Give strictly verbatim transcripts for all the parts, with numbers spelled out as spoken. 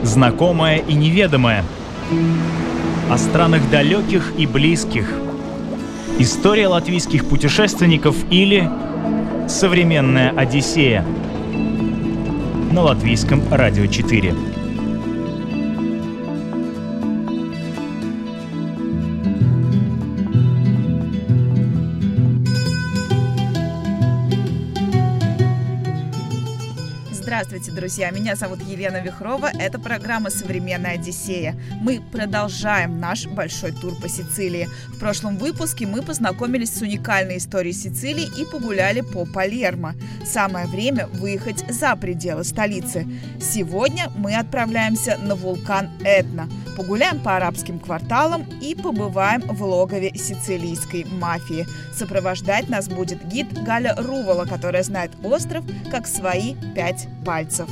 знакомое и неведомое, о странах далеких и близких, история латвийских путешественников или современная Одиссея на Латвийском радио четыре. Здравствуйте, друзья! Меня зовут Елена Вихрова. Это программа «Современная Одиссея». Мы продолжаем наш большой тур по Сицилии. В прошлом выпуске мы познакомились с уникальной историей Сицилии и погуляли по Палермо. Самое время выехать за пределы столицы. Сегодня мы отправляемся на вулкан Этна. Погуляем по арабским кварталам и побываем в логове сицилийской мафии. Сопровождать нас будет гид Галя Рувала, которая знает остров как свои пять пальцев.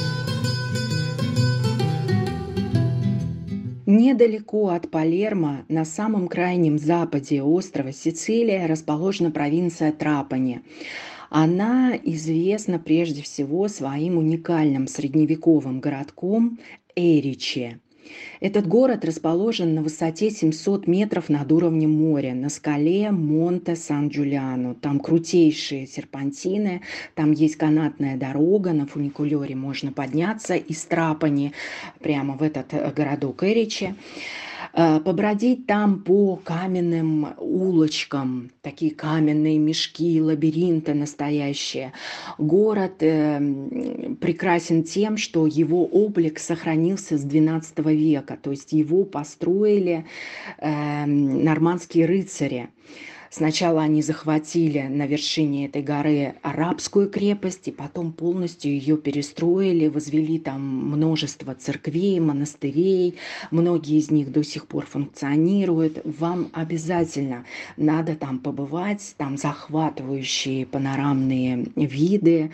Недалеко от Палермо, на самом крайнем западе острова Сицилия, расположена провинция Трапани. Она известна прежде всего своим уникальным средневековым городком Эриче. Этот город расположен на высоте семьсот метров над уровнем моря, на скале Монте Сан-Джулиано. Там крутейшие серпантины, там есть канатная дорога, на фуникулере можно подняться из Трапани прямо в этот городок Эриче. Побродить там по каменным улочкам, такие каменные мешки, лабиринты настоящие. Город э, прекрасен тем, что его облик сохранился с двенадцатого века, то есть его построили э, нормандские рыцари. Сначала они захватили на вершине этой горы арабскую крепость, и потом полностью ее перестроили, возвели там множество церквей, монастырей. Многие из них до сих пор функционируют. Вам обязательно надо там побывать, там захватывающие панорамные виды.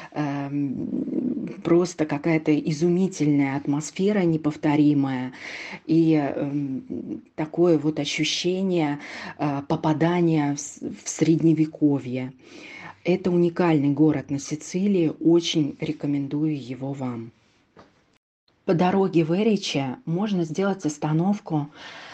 Просто какая-то изумительная атмосфера, неповторимая, и такое вот ощущение попадания в средневековье. Это уникальный город на Сицилии, очень рекомендую его вам. По дороге в Эриче можно сделать остановку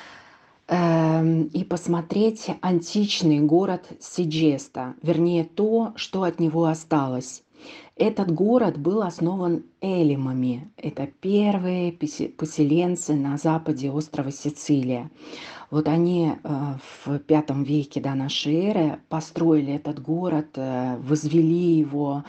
и посмотреть античный город Сиджеста, вернее то, что от него осталось. Этот город был основан эллимами. Это первые поселенцы на западе острова Сицилия. Вот они в пятом веке до нашей эры построили этот город, возвели его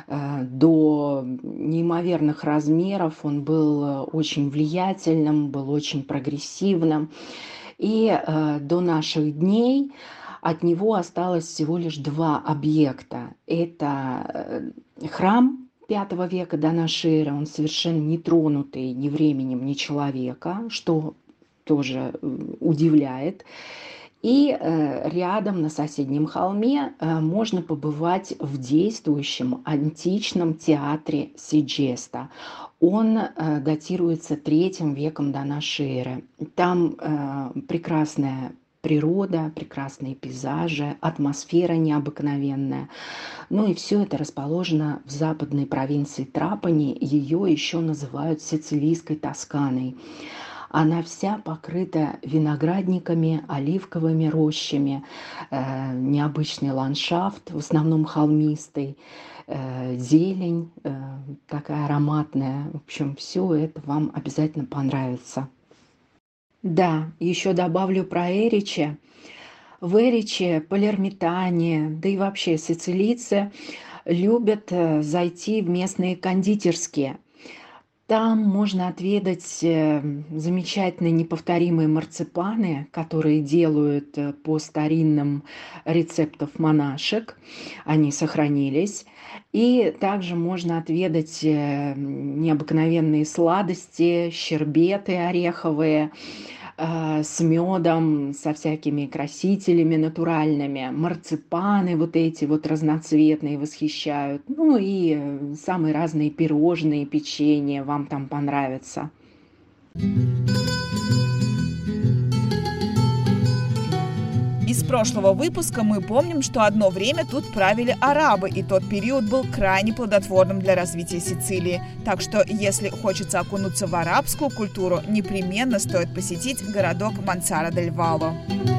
до неимоверных размеров. Он был очень влиятельным, был очень прогрессивным. И до наших дней от него осталось всего лишь два объекта. Это храм пятого века до нашей эры, он совершенно не тронутый ни временем, ни человека, что тоже удивляет. И рядом на соседнем холме можно побывать в действующем античном театре Сиджеста. Он датируется третьим веком до нашей эры. Там прекрасная природа, прекрасные пейзажи, атмосфера необыкновенная. Ну и все это расположено в западной провинции Трапани. Ее еще называют сицилийской Тосканой. Она вся покрыта виноградниками, оливковыми рощами, э, необычный ландшафт, в основном холмистый, э, зелень э, такая ароматная. В общем, все это вам обязательно понравится. Да, еще добавлю про Эриче. В Эриче палермитане, да и вообще сицилийцы любят зайти в местные кондитерские. Там можно отведать замечательные неповторимые марципаны, которые делают по старинным рецептам монашек. Они сохранились. И также можно отведать необыкновенные сладости, щербеты ореховые, с медом, со всякими красителями натуральными. Марципаны вот эти вот разноцветные восхищают. Ну и самые разные пирожные, печенье вам там понравятся. Из Из прошлого выпуска мы помним, что одно время тут правили арабы, и тот период был крайне плодотворным для развития Сицилии. Так что, если хочется окунуться в арабскую культуру, непременно стоит посетить городок Мансара-дель-Вало.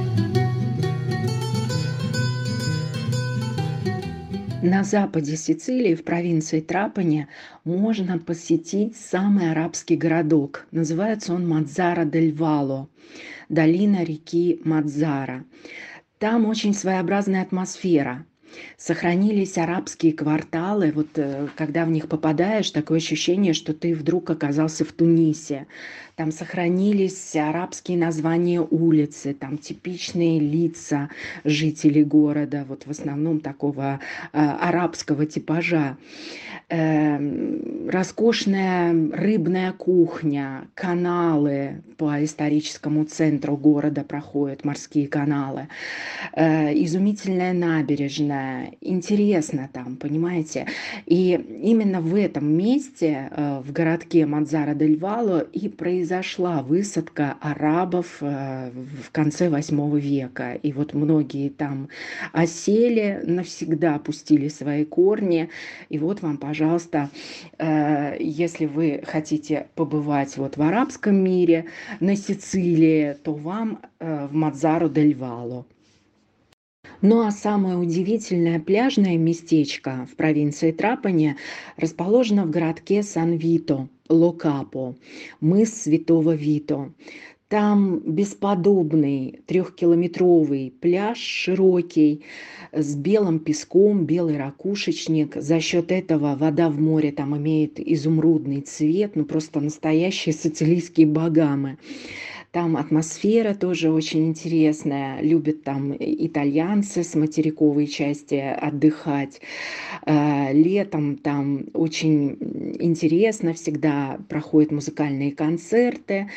На западе Сицилии, в провинции Трапани, можно посетить самый арабский городок. Называется он Мазара-дель-Вало, долина реки Мазара. Там очень своеобразная атмосфера. Сохранились арабские кварталы. Вот когда в них попадаешь, такое ощущение, что ты вдруг оказался в Тунисе. Там сохранились арабские названия улицы, там типичные лица жителей города, вот в основном такого э, арабского типажа. Э, роскошная рыбная кухня, каналы по историческому центру города проходят, морские каналы, э, изумительная набережная. Интересно там, понимаете? И именно в этом месте, э, в городке Мазара-дель-Вало, и произошло произошла высадка арабов в конце восьмого века. И вот многие там осели, навсегда пустили свои корни. И вот вам, пожалуйста, если вы хотите побывать вот в арабском мире, на Сицилии, то вам в Мазару-дель-Вало. Ну а самое удивительное пляжное местечко в провинции Трапани расположено в городке Сан-Вито, Ло-Капо, мыс Святого Вито. Там бесподобный трехкилометровый пляж, широкий, с белым песком, белый ракушечник. За счет этого вода в море там имеет изумрудный цвет, ну просто настоящие сицилийские Багамы. Там атмосфера тоже очень интересная. Любят там итальянцы с материковой части отдыхать. Летом там очень интересно, всегда проходят музыкальные концерты.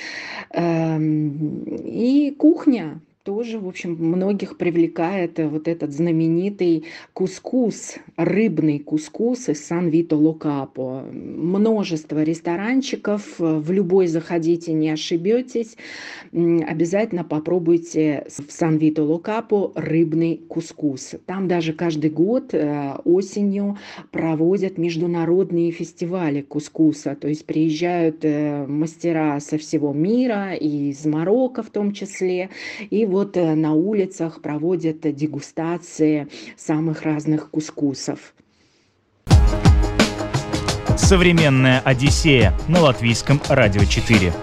И кухня тоже, в общем, многих привлекает вот этот знаменитый кускус, рыбный кускус из Сан-Вито-Ло-Капо. Множество ресторанчиков, в любой заходите, не ошибетесь. Обязательно попробуйте в Сан-Вито-Ло-Капо рыбный кускус. Там даже каждый год осенью проводят международные фестивали кускуса, то есть приезжают мастера со всего мира, и из Марокко в том числе, и вот на улицах проводят дегустации самых разных кускусов. Современная Одиссея на Латвийском радио четыре.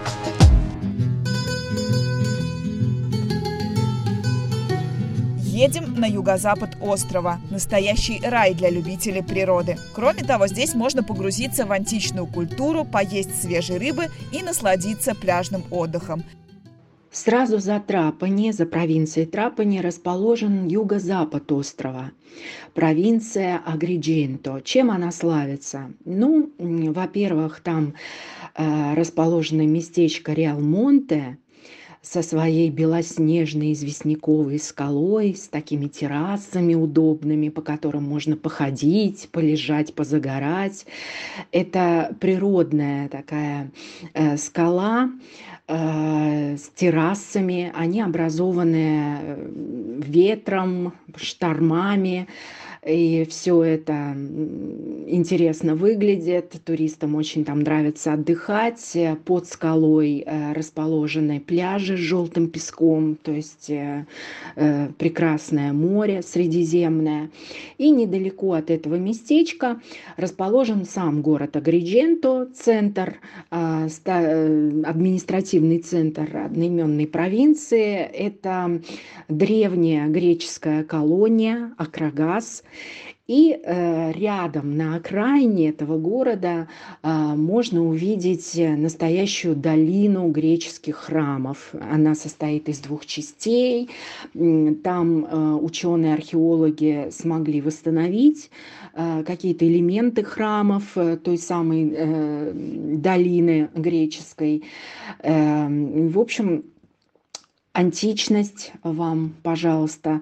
Едем на юго-запад острова. Настоящий рай для любителей природы. Кроме того, здесь можно погрузиться в античную культуру, поесть свежей рыбы и насладиться пляжным отдыхом. Сразу за Трапани, за провинцией Трапани, расположен юго-запад острова, провинция Агридженто. Чем она славится? Ну, во-первых, там э, расположено местечко Реалмонте со своей белоснежной известняковой скалой, с такими террасами удобными, по которым можно походить, полежать, позагорать. Это природная такая э, скала, с террасами, они образованы ветром, штормами, и все это интересно выглядит, туристам очень там нравится отдыхать. Под скалой расположены пляжи с желтым песком, то есть прекрасное море Средиземное. И недалеко от этого местечка расположен сам город Агридженто, центр, административный центр одноименной провинции. Это древняя греческая колония Акрагас. И э, рядом, на окраине этого города, э, можно увидеть настоящую долину греческих храмов. Она состоит из двух частей. Там э, ученые-археологи смогли восстановить э, какие-то элементы храмов э, той самой э, долины греческой. Э, в общем, античность вам, пожалуйста,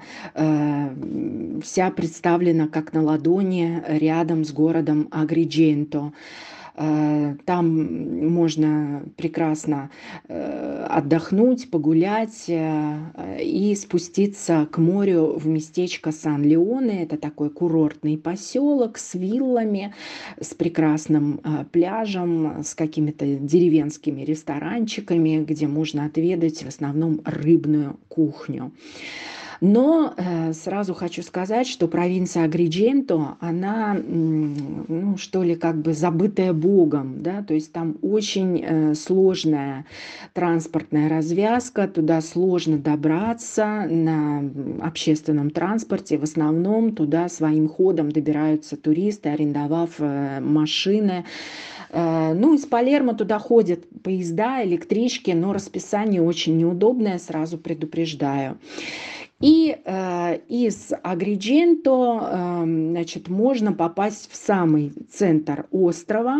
вся представлена как на ладони рядом с городом Агридженто. Там можно прекрасно отдохнуть, погулять и спуститься к морю в местечко Сан-Леоне. Это такой курортный поселок с виллами, с прекрасным пляжем, с какими-то деревенскими ресторанчиками, где можно отведать в основном рыбную кухню. Но э, сразу хочу сказать, что провинция Агридженто, она, ну, что ли, как бы забытая Богом, да, то есть там очень э, сложная транспортная развязка, туда сложно добраться на общественном транспорте, в основном туда своим ходом добираются туристы, арендовав э, машины. Э, ну, из Палермо туда ходят поезда, электрички, но расписание очень неудобное, сразу предупреждаю. И э, из Агридженто, э, значит, можно попасть в самый центр острова,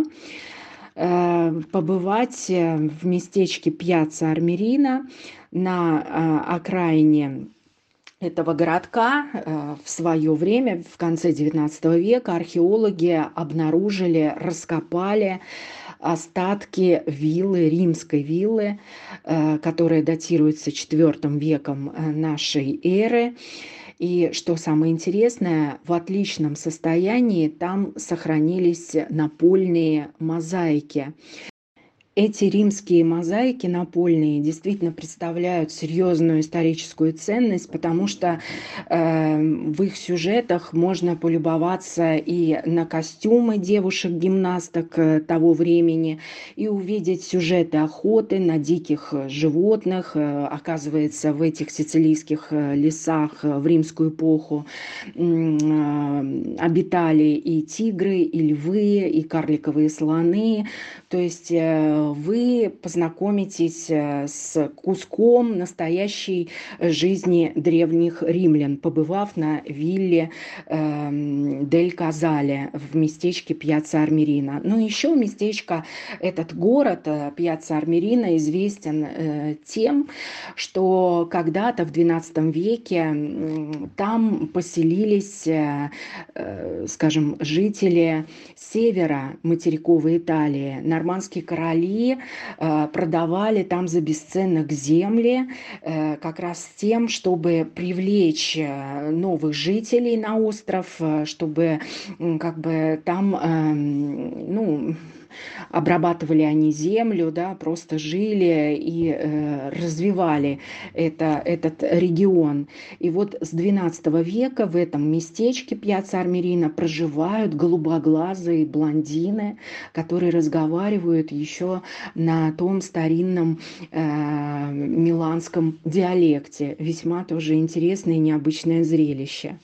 э, побывать в местечке Пьяцца Армерина на э, окраине этого городка. Э, в свое время, в конце девятнадцатого века, археологи обнаружили, раскопали остатки виллы, римской виллы, которая датируется четвёртым веком нашей эры. И что самое интересное, в отличном состоянии там сохранились напольные мозаики. Эти римские мозаики напольные действительно представляют серьезную историческую ценность, потому что э, в их сюжетах можно полюбоваться и на костюмы девушек-гимнасток того времени, и увидеть сюжеты охоты на диких животных. Оказывается, в этих сицилийских лесах в римскую эпоху э, обитали и тигры, и львы, и карликовые слоны. То есть э, вы познакомитесь с куском настоящей жизни древних римлян, побывав на вилле э, Дель Казале в местечке Пьяцца Армерина. Но еще местечко, этот город Пьяцца Армерина известен э, тем, что когда-то в двенадцатом веке э, там поселились, э, э, скажем, жители севера материковой Италии, нормандские короли продавали там за бесценок земли как раз с тем, чтобы привлечь новых жителей на остров, чтобы как бы там, ну, обрабатывали они землю, да, просто жили и э, развивали это, этот регион. И вот с двенадцатого века в этом местечке Пьяцца Армерина проживают голубоглазые блондины, которые разговаривают еще на том старинном э, миланском диалекте. Весьма тоже интересное и необычное зрелище.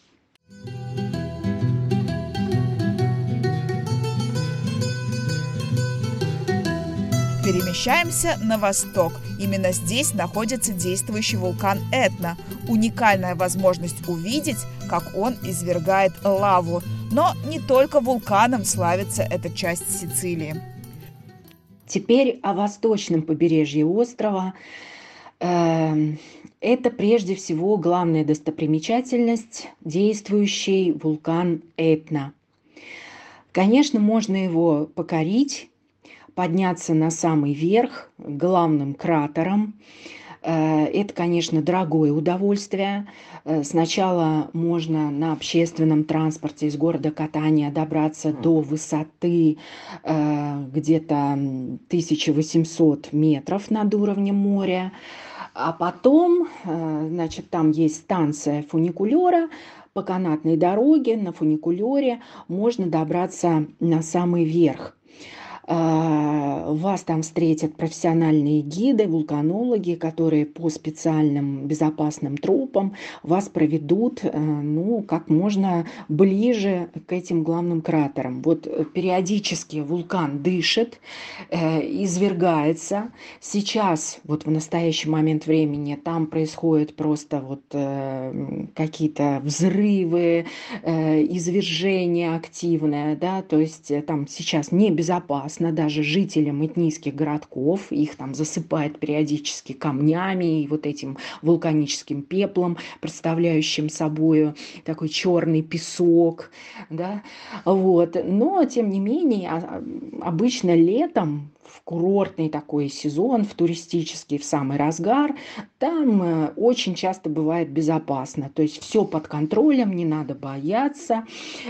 Перемещаемся на восток. Именно здесь находится действующий вулкан Этна. Уникальная возможность увидеть, как он извергает лаву. Но не только вулканом славится эта часть Сицилии. Теперь о восточном побережье острова. Это прежде всего главная достопримечательность – действующий вулкан Этна. Конечно, можно его покорить, подняться на самый верх, главным кратером. Это, конечно, дорогое удовольствие. Сначала можно на общественном транспорте из города Катания добраться до высоты где-то тысяча восемьсот метров над уровнем моря. А потом, значит, там есть станция фуникулера. По канатной дороге на фуникулере можно добраться на самый верх. Вас там встретят профессиональные гиды, вулканологи, которые по специальным безопасным тропам вас проведут, ну, как можно ближе к этим главным кратерам. Вот периодически вулкан дышит, извергается. Сейчас, вот в настоящий момент времени, там происходят просто вот какие-то взрывы, извержения активные, да, то есть там сейчас небезопасно. опасно даже жителям этнийских городков. Их там засыпает периодически камнями и вот этим вулканическим пеплом, представляющим собой такой черный песок, да, вот. Но, тем не менее, обычно летом, в курортный такой сезон, в туристический, в самый разгар, там очень часто бывает безопасно. То есть все под контролем, не надо бояться.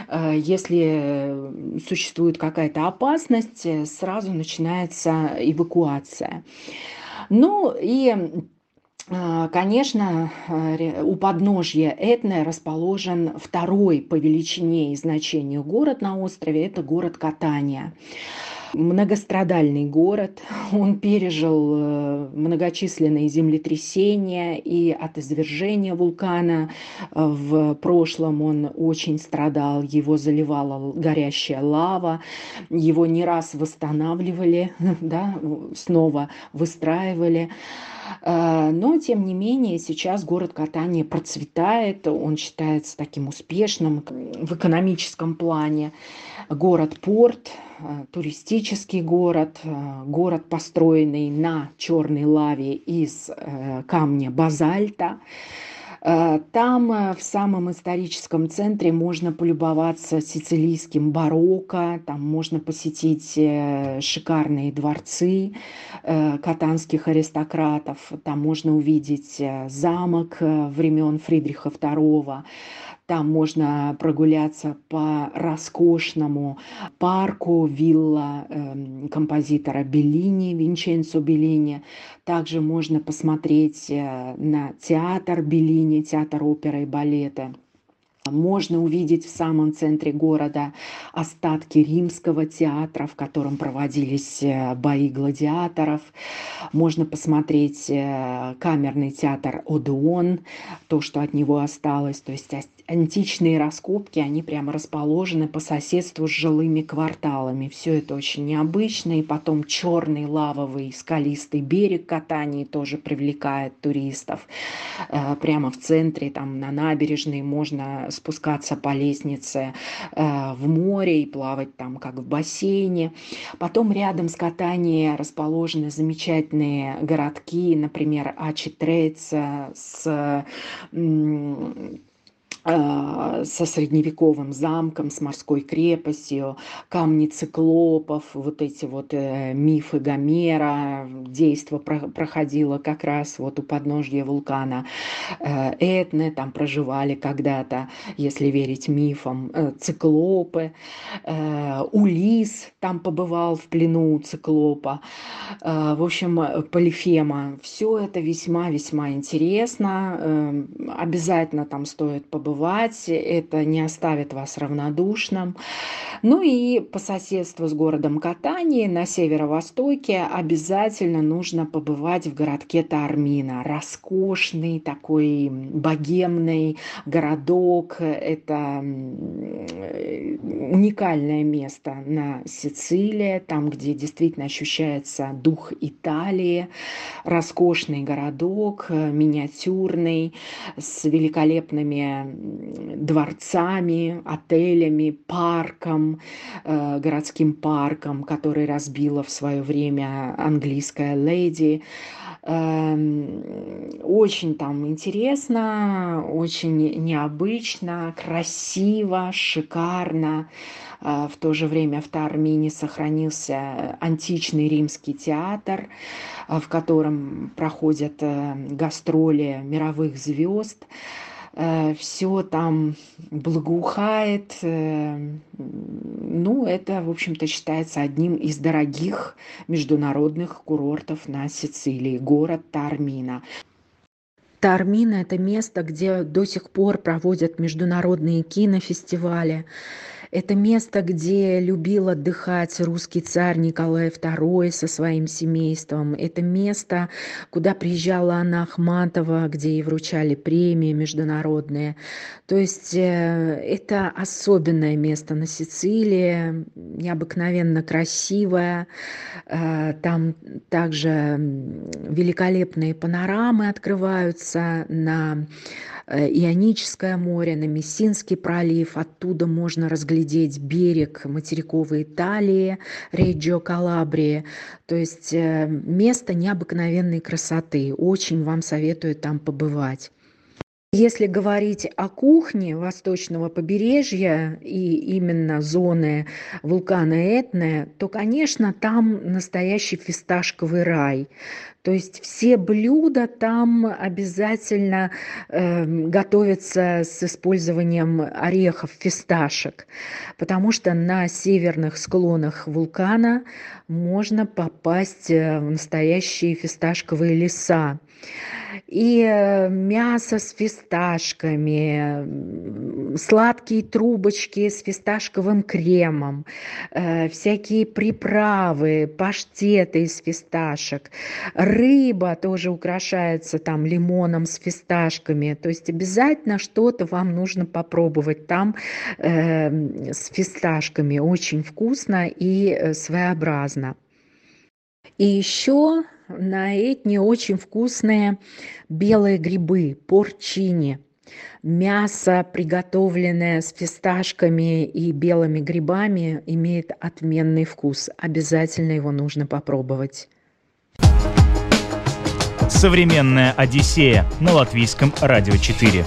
Если существует какая-то опасность, сразу начинается эвакуация. Ну и конечно, у подножья Этны расположен второй по величине и значению город на острове. Это город Катания. Многострадальный город. Он пережил многочисленные землетрясения, и от извержения вулкана в прошлом он очень страдал. Его заливала горящая лава, его не раз восстанавливали, да, снова выстраивали. Но, тем не менее, сейчас город Катания процветает, он считается таким успешным в экономическом плане. Город-порт, туристический город, город, построенный на черной лаве из камня базальта. Там, в самом историческом центре, можно полюбоваться сицилийским барокко, там можно посетить шикарные дворцы катанских аристократов, там можно увидеть замок времен Фридриха второго. Там можно прогуляться по роскошному парку, вилла э, композитора Беллини, Винченцо Беллини. Также можно посмотреть на театр Беллини, театр оперы и балета. Можно увидеть в самом центре города остатки римского театра, в котором проводились бои гладиаторов. Можно посмотреть камерный театр Одеон, то, что от него осталось. То есть античные раскопки, они прямо расположены по соседству с жилыми кварталами. Все это очень необычно. И потом черный лавовый скалистый берег Катании тоже привлекает туристов. Прямо в центре, там на набережной можно спускаться по лестнице в море и плавать там как в бассейне. Потом рядом с Катанией расположены замечательные городки, например, Ачи-Треццо с со средневековым замком, с морской крепостью, камни циклопов, вот эти вот мифы Гомера. Действо проходило как раз вот у подножья вулкана Этны, там проживали когда-то, если верить мифам, циклопы. Улисс там побывал в плену у циклопа. В общем, Полифема. Все это весьма-весьма интересно. Обязательно там стоит побывать. Это не оставит вас равнодушным. Ну и по соседству с городом Катания на северо-востоке обязательно нужно побывать в городке Таормина. Роскошный такой богемный городок. Это уникальное место на Сицилии, там, где действительно ощущается дух Италии. Роскошный городок, миниатюрный, с великолепными дворцами, отелями, парком, э, городским парком, который разбила в свое время английская леди. Э, очень там интересно, очень необычно, красиво, шикарно. Э, в то же время в Таормине сохранился античный римский театр, э, в котором проходят э, гастроли мировых звезд. Все там благоухает. Ну, это, в общем-то, считается одним из дорогих международных курортов на Сицилии, город Таормина. Таормина – это место, где до сих пор проводят международные кинофестивали. Это место, где любил отдыхать русский царь Николай второй со своим семейством. Это место, куда приезжала Анна Ахматова, где ей вручали премии международные. То есть это особенное место на Сицилии, необыкновенно красивое. Там также великолепные панорамы открываются на Ионическое море, на Мессинский пролив. Оттуда можно разглядеть разглядеть берег материковой Италии, Реджио Калабрии. То есть место необыкновенной красоты. Очень вам советую там побывать. Если говорить о кухне восточного побережья и именно зоны вулкана Этны, то, конечно, там настоящий фисташковый рай. То есть все блюда там обязательно э, готовятся с использованием орехов, фисташек, потому что на северных склонах вулкана можно попасть в настоящие фисташковые леса. И мясо с фисташками, сладкие трубочки с фисташковым кремом, всякие приправы, паштеты из фисташек. Рыба тоже украшается там лимоном с фисташками. То есть обязательно что-то вам нужно попробовать там э, с фисташками. Очень вкусно и своеобразно. И еще на Этне очень вкусные белые грибы, порчини. Мясо, приготовленное с фисташками и белыми грибами, имеет отменный вкус. Обязательно его нужно попробовать. Современная Одиссея на Латвийском радио четыре.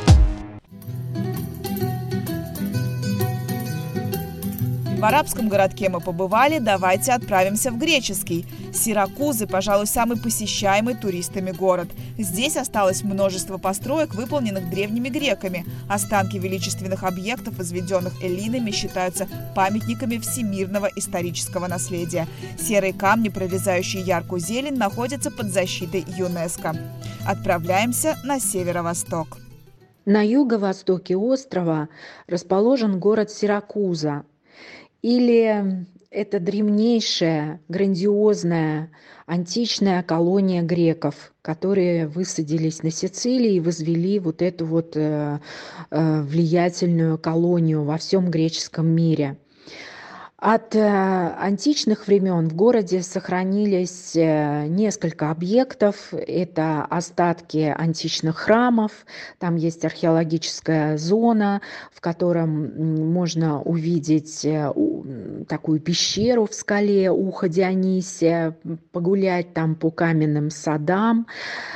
В арабском городке мы побывали, давайте отправимся в греческий. Сиракузы, пожалуй, самый посещаемый туристами город. Здесь осталось множество построек, выполненных древними греками. Останки величественных объектов, возведенных эллинами, считаются памятниками всемирного исторического наследия. Серые камни, прорезающие яркую зелень, находятся под защитой ЮНЕСКО. Отправляемся на северо-восток. На юго-востоке острова расположен город Сиракуза. Или это древнейшая, грандиозная, античная колония греков, которые высадились на Сицилии и возвели вот эту вот э, э, влиятельную колонию во всем греческом мире. От э, античных времен в городе сохранились э, несколько объектов. Это остатки античных храмов. Там есть археологическая зона, в котором можно увидеть э, у, такую пещеру в скале Ухо Дионисия, погулять там по каменным садам,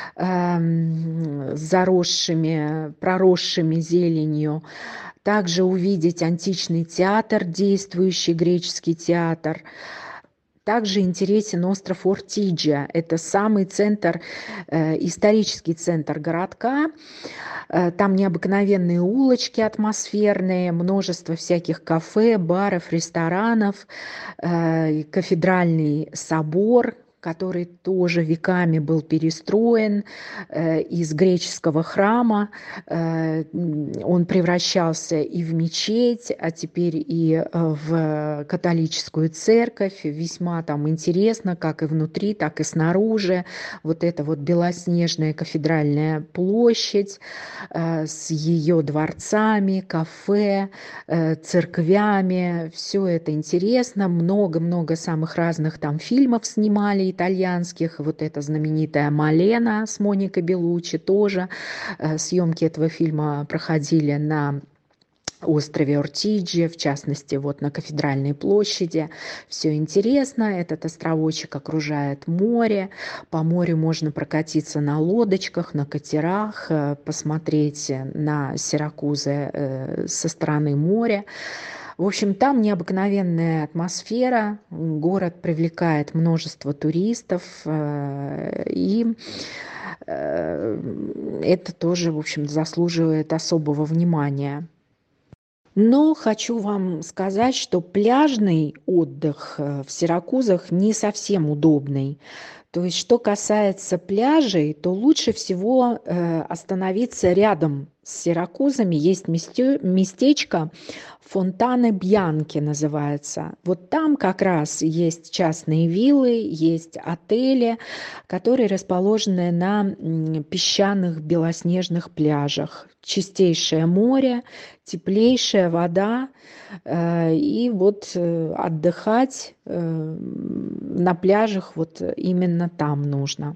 э, заросшими, проросшими зеленью. Также увидеть античный театр, действующий греческий театр. Также интересен остров Ортиджа. Это самый центр, э, исторический центр городка. Э, там необыкновенные улочки атмосферные, множество всяких кафе, баров, ресторанов, э, кафедральный собор, который тоже веками был перестроен э, из греческого храма. Э, он превращался и в мечеть, а теперь и э, в католическую церковь. Весьма там интересно, как и внутри, так и снаружи. Вот эта вот белоснежная кафедральная площадь э, с ее дворцами, кафе, э, церквями. Все это интересно. Много-много самых разных там фильмов снимали, итальянских. Вот эта знаменитая «Малена» с Моникой Беллуччи тоже. Съемки этого фильма проходили на острове Ортиджи, в частности, вот на Кафедральной площади. Все интересно. Этот островочек окружает море. По морю можно прокатиться на лодочках, на катерах, посмотреть на Сиракузы со стороны моря. В общем, там необыкновенная атмосфера, город привлекает множество туристов, и это тоже, в общем, заслуживает особого внимания. Но хочу вам сказать, что пляжный отдых в Сиракузах не совсем удобный. То есть, что касается пляжей, то лучше всего э, остановиться рядом с Сиракузами. Есть месте, местечко Фонтане Бьянки называется. Вот там как раз есть частные виллы, есть отели, которые расположены на песчаных белоснежных пляжах. Чистейшее море, теплейшая вода, э, и вот э, отдыхать э, на пляжах вот именно там нужно.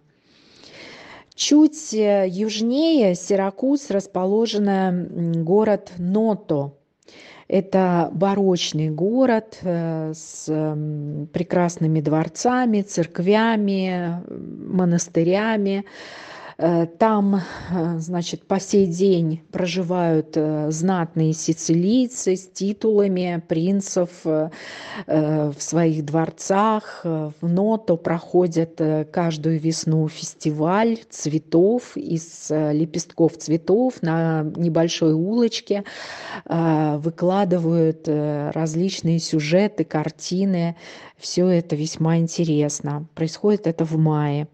Чуть южнее Сиракуз расположен город Ното. Это барочный город э, с м, прекрасными дворцами, церквями, монастырями. Э, Там, э, значит, по сей день проживают э, знатные сицилийцы с титулами принцев э, э, в своих дворцах. Э, В Ното проходит э, каждую весну фестиваль цветов из э, лепестков цветов на небольшой улочке. э, Выкладывают э, различные сюжеты, картины. Все это весьма интересно. Происходит это в мае.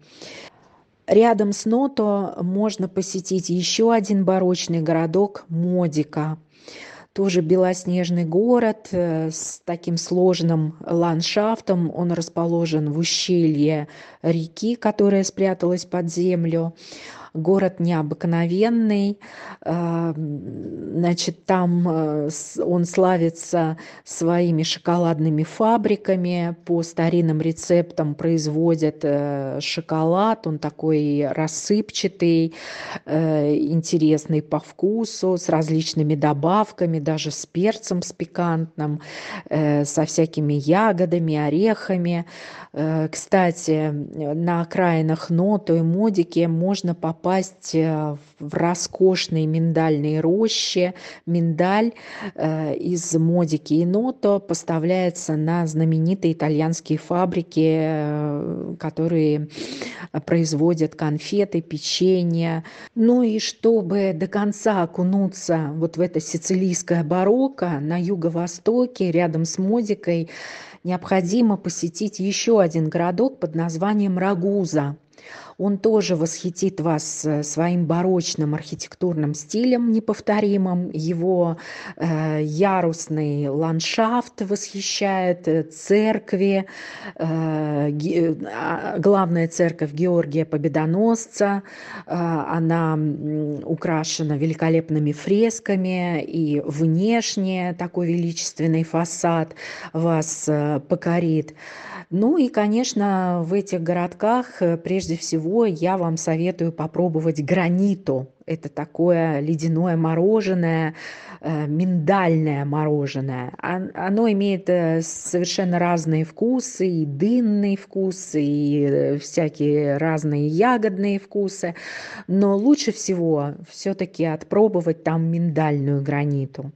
Рядом с Ното можно посетить еще один барочный городок Модика. Тоже белоснежный город э, с таким сложным ландшафтом. Он расположен в ущелье реки, которая спряталась под землю. Город необыкновенный, а, значит, там э, с- он славится своими шоколадными фабриками, по старинным рецептам производят э, шоколад, он такой рассыпчатый, э, интересный по вкусу, с различными добавками, даже с перцем, с пикантным, э, со всякими ягодами, орехами. Э, Кстати, на окраинах Ното и Модики можно попасть э, в роскошные миндальные рощи. Миндаль э, из Модики и Ното поставляется на знаменитые итальянские фабрики, э, которые производят конфеты, печенье. Ну и чтобы до конца окунуться вот в это сицилийское барокко на юго-востоке, рядом с Модикой, необходимо посетить еще один городок под названием Рагуза. Он тоже восхитит вас э, своим барочным архитектурным стилем неповторимым. Его э, ярусный ландшафт восхищает, э, церкви, э, ге- а, главная церковь Георгия Победоносца. э, Она м, украшена великолепными фресками, и внешне такой величественный фасад вас э, покорит. Ну и, конечно, в этих городках э, прежде всего я вам советую попробовать гранито. Это такое ледяное мороженое, э, миндальное мороженое. Он- Оно имеет э, совершенно разные вкусы, и дынный вкус, и э, всякие разные ягодные вкусы. Но лучше всего все-таки отпробовать там миндальную граниту.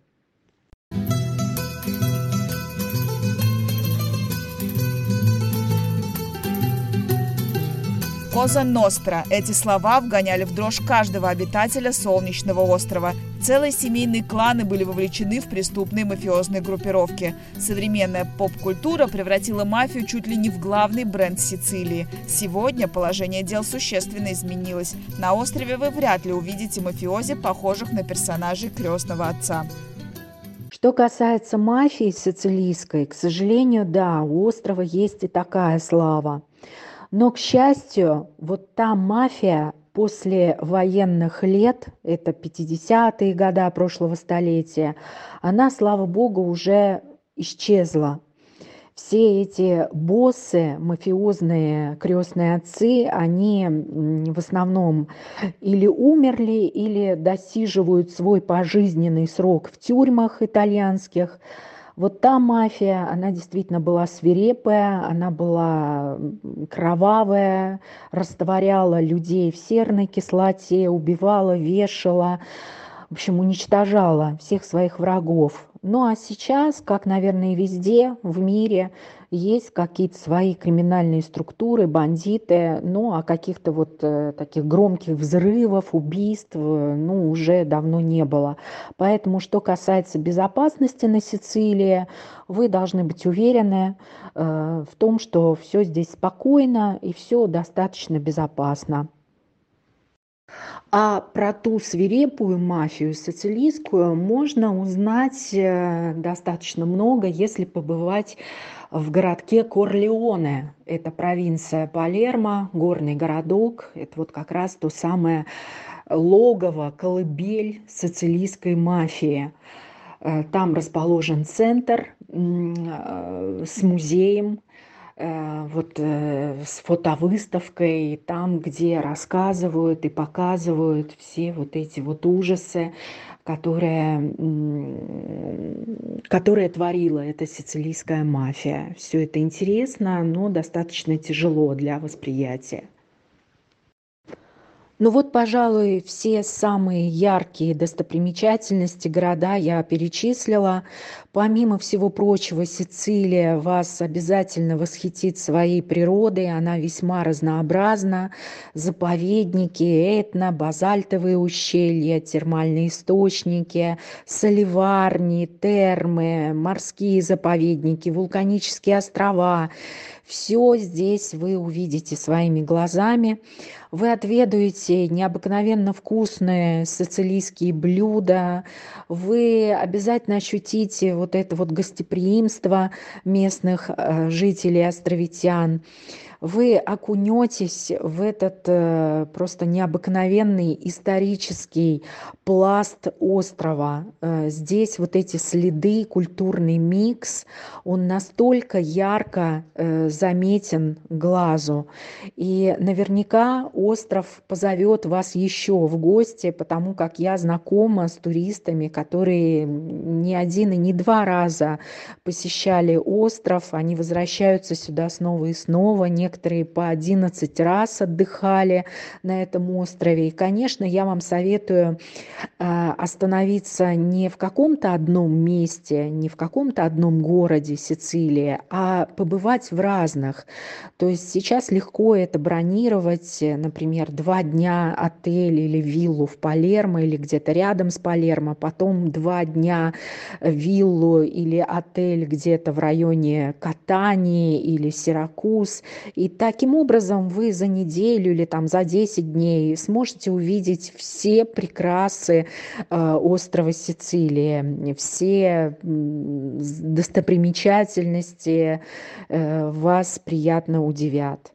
Коза Ностра. Эти слова вгоняли в дрожь каждого обитателя Солнечного острова. Целые семейные кланы были вовлечены в преступные мафиозные группировки. Современная поп-культура превратила мафию чуть ли не в главный бренд Сицилии. Сегодня положение дел существенно изменилось. На острове вы вряд ли увидите мафиози, похожих на персонажей «Крестного отца». Что касается мафии сицилийской, к сожалению, да, у острова есть и такая слава. Но, к счастью, вот та мафия после военных лет, это пятидесятые годы прошлого столетия, она, слава богу, уже исчезла. Все эти боссы, мафиозные крестные отцы, они м, в основном или умерли, или досиживают свой пожизненный срок в тюрьмах итальянских. Вот та мафия, она действительно была свирепая, она была м, кровавая, растворяла людей в серной кислоте, убивала, вешала, в общем, уничтожала всех своих врагов. Ну а сейчас, как, наверное, и везде в мире, есть какие-то свои криминальные структуры, бандиты, ну а каких-то вот э, таких громких взрывов, убийств, э, ну, уже давно не было. Поэтому, что касается безопасности на Сицилии, вы должны быть уверены э, в том, что все здесь спокойно и все достаточно безопасно. А про ту свирепую мафию сицилийскую можно узнать э, достаточно много, если побывать в городке Корлеоне. Это провинция Палермо, горный городок. Это вот как раз то самое логово, колыбель сицилийской мафии. Э, Там расположен центр м, э, с музеем, вот с фотовыставкой, там, где рассказывают и показывают все вот эти вот ужасы, которые, которые творила эта сицилийская мафия. Все это интересно, но достаточно тяжело для восприятия. Ну вот, пожалуй, все самые яркие достопримечательности города я перечислила. Помимо всего прочего, Сицилия вас обязательно восхитит своей природой. Она весьма разнообразна. Заповедники, этно, базальтовые ущелья, термальные источники, соливарни, термы, морские заповедники, вулканические острова. Все здесь вы увидите своими глазами. Вы отведаете необыкновенно вкусные сицилийские блюда. Вы обязательно ощутите вот это вот гостеприимство местных жителей, островитян. Вы окунетесь в этот э, просто необыкновенный исторический пласт острова. Э, здесь вот эти следы, культурный микс, он настолько ярко э, заметен глазу. И наверняка остров позовет вас еще в гости, потому как я знакома с туристами, которые не один и не два раза посещали остров. Они возвращаются сюда снова и снова. Некоторые по одиннадцать раз отдыхали на этом острове. И, конечно, я вам советую э, остановиться не в каком-то одном месте, не в каком-то одном городе Сицилии, а побывать в разных. То есть сейчас легко это бронировать, например, два дня отель или виллу в Палермо или где-то рядом с Палермо, потом два дня виллу или отель где-то в районе Катании или Сиракуз. И таким образом вы за неделю или там за десять дней сможете увидеть все прекрасы э, острова Сицилии, все достопримечательности э, вас приятно удивят.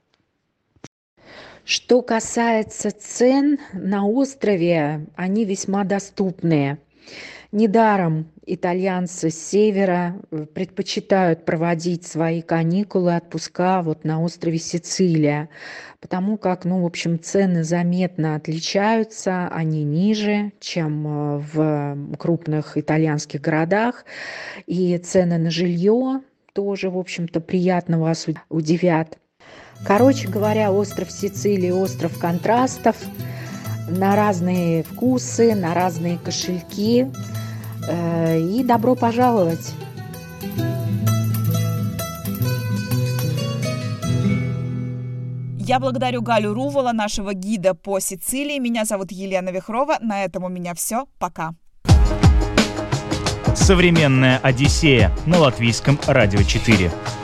Что касается цен на острове, они весьма доступные. Недаром итальянцы с севера предпочитают проводить свои каникулы, отпуска вот на острове Сицилия, потому как, ну, в общем, цены заметно отличаются, они ниже, чем в крупных итальянских городах, и цены на жилье тоже, в общем-то, приятно вас удивят. Короче говоря, остров Сицилии – остров контрастов, на разные вкусы, на разные кошельки. И добро пожаловать! Я благодарю Галю Рувола, нашего гида по Сицилии. Меня зовут Елена Вихрова. На этом у меня все. Пока. Современная Одиссея на Латвийском радио четыре.